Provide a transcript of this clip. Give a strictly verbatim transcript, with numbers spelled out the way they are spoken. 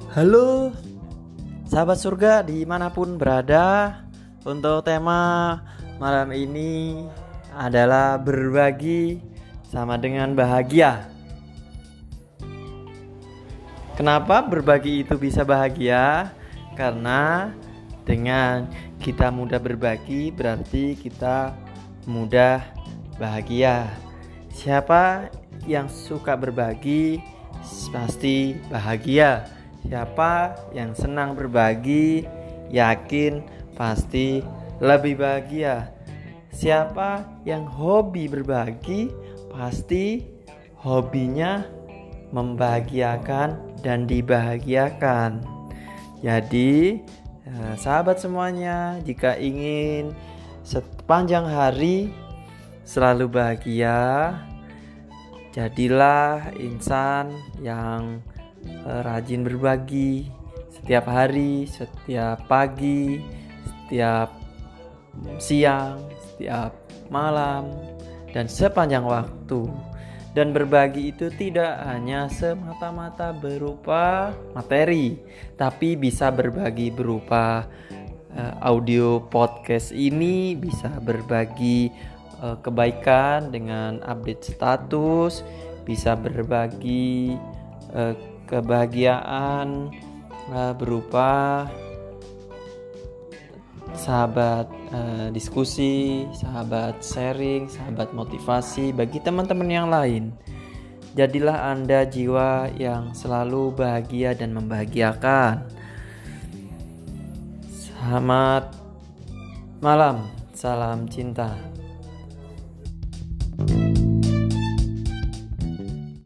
Halo sahabat surga dimanapun berada. Untuk tema malam ini adalah berbagi sama dengan bahagia. Kenapa berbagi itu bisa bahagia? Karena dengan kita mudah berbagi berarti kita mudah bahagia. Siapa yang suka berbagi pasti bahagia. Siapa yang senang berbagi, yakin pasti lebih bahagia. Siapa yang hobi berbagi, pasti hobinya membahagiakan dan dibahagiakan. Jadi, sahabat semuanya, jika ingin sepanjang hari selalu bahagia, jadilah insan yang rajin berbagi setiap hari, setiap pagi, setiap siang, setiap malam, dan sepanjang waktu. Dan berbagi itu tidak hanya semata-mata berupa materi, tapi bisa berbagi berupa uh, audio podcast ini, bisa berbagi uh, kebaikan dengan update status, bisa berbagi uh, kebahagiaan uh, berupa sahabat uh, diskusi, sahabat sharing, sahabat motivasi bagi teman-teman yang lain. Jadilah Anda jiwa yang selalu bahagia dan membahagiakan. Selamat malam, salam cinta.